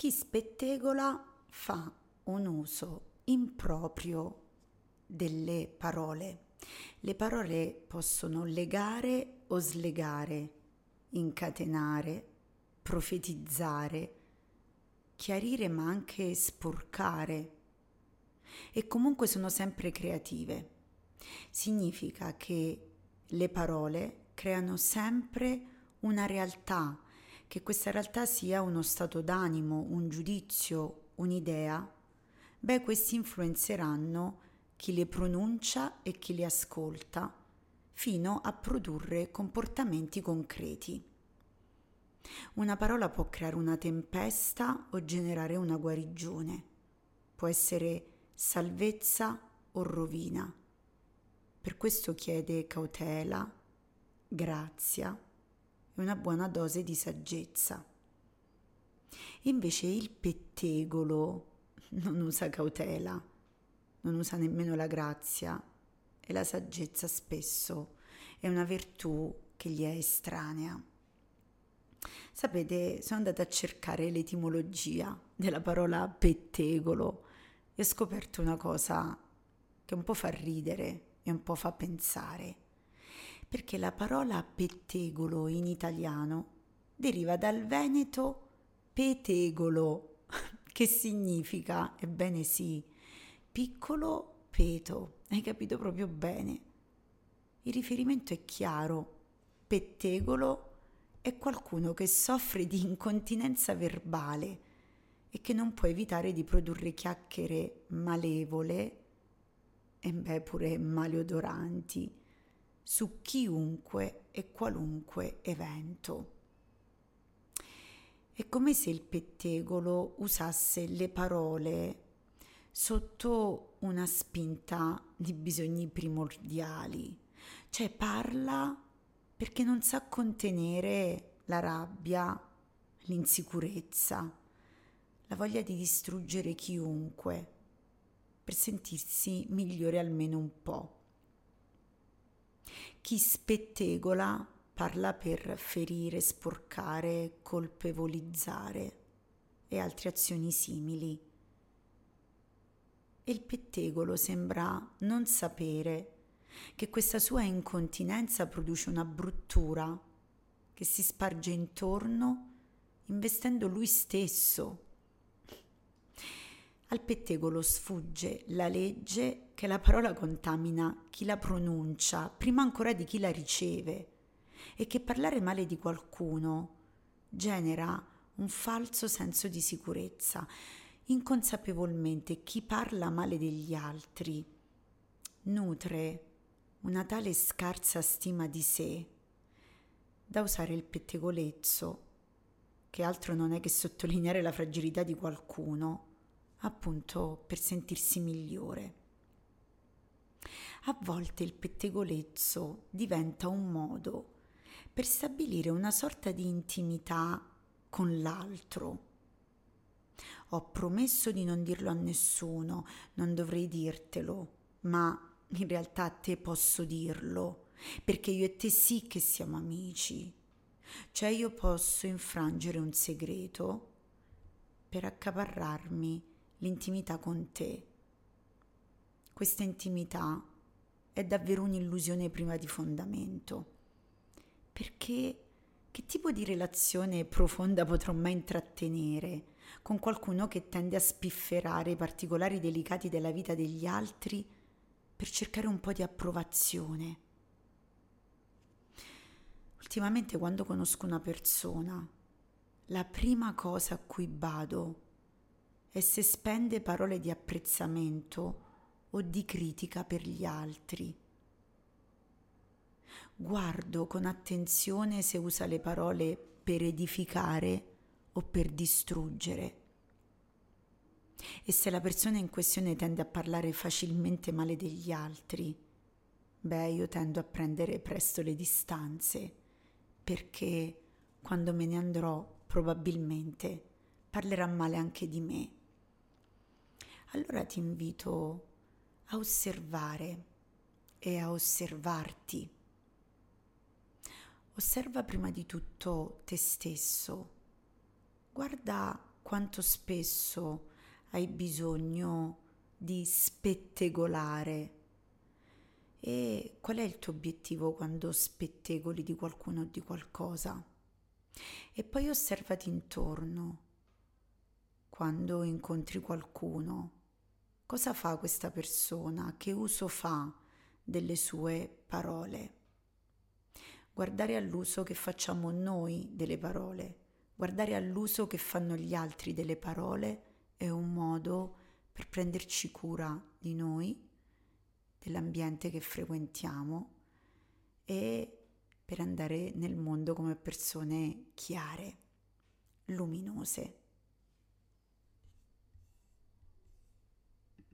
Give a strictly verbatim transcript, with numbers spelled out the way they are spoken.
Chi spettegola fa un uso improprio delle parole. Le parole possono legare o slegare, incatenare, profetizzare, chiarire ma anche sporcare e comunque sono sempre creative. Significa che le parole creano sempre una realtà, che questa realtà sia uno stato d'animo, un giudizio, un'idea. Beh, questi influenzeranno chi le pronuncia e chi le ascolta, fino a produrre comportamenti concreti. Una parola può creare una tempesta o generare una guarigione, può essere salvezza o rovina. Per questo chiede cautela, grazia e una buona dose di saggezza. Invece il pettegolo non usa cautela, non usa nemmeno la grazia e la saggezza spesso è una virtù che gli è estranea. Sapete, sono andata a cercare l'etimologia della parola pettegolo e ho scoperto una cosa che un po' fa ridere e un po' fa pensare, perché la parola pettegolo in italiano deriva dal veneto petegolo, che significa, ebbene sì, piccolo peto, hai capito proprio bene. Il riferimento è chiaro, pettegolo è qualcuno che soffre di incontinenza verbale e che non può evitare di produrre chiacchiere malevole e beh pure maleodoranti su chiunque e qualunque evento. È come se il pettegolo usasse le parole sotto una spinta di bisogni primordiali, cioè parla perché non sa contenere la rabbia, l'insicurezza, la voglia di distruggere chiunque per sentirsi migliore almeno un po'. Chi spettegola parla per ferire, sporcare, colpevolizzare e altre azioni simili. E il pettegolo sembra non sapere che questa sua incontinenza produce una bruttura che si sparge intorno, investendo lui stesso. Al pettegolo sfugge la legge che la parola contamina chi la pronuncia prima ancora di chi la riceve e che parlare male di qualcuno genera un falso senso di sicurezza. Inconsapevolmente chi parla male degli altri nutre una tale scarsa stima di sé da usare il pettegolezzo, che altro non è che sottolineare la fragilità di qualcuno, appunto per sentirsi migliore. A volte il pettegolezzo diventa un modo per stabilire una sorta di intimità con l'altro. Ho promesso di non dirlo a nessuno, non dovrei dirtelo, ma in realtà a te posso dirlo, perché io e te sì che siamo amici. Cioè io posso infrangere un segreto per accaparrarmi l'intimità con te. Questa intimità è davvero un'illusione priva di fondamento, perché che tipo di relazione profonda potrò mai intrattenere con qualcuno che tende a spifferare i particolari delicati della vita degli altri per cercare un po' di approvazione? Ultimamente quando conosco una persona, la prima cosa a cui bado è se spende parole di apprezzamento o di critica per gli altri. Guardo con attenzione se usa le parole per edificare o per distruggere. E se la persona in questione tende a parlare facilmente male degli altri, beh, io tendo a prendere presto le distanze, perché quando me ne andrò probabilmente parlerà male anche di me. Allora ti invito a osservare e a osservarti. Osserva prima di tutto te stesso. Guarda quanto spesso hai bisogno di spettegolare e qual è il tuo obiettivo quando spettegoli di qualcuno o di qualcosa. E poi osservati intorno quando incontri qualcuno. Cosa fa questa persona? Che uso fa delle sue parole? Guardare all'uso che facciamo noi delle parole, guardare all'uso che fanno gli altri delle parole è un modo per prenderci cura di noi, dell'ambiente che frequentiamo e per andare nel mondo come persone chiare, luminose.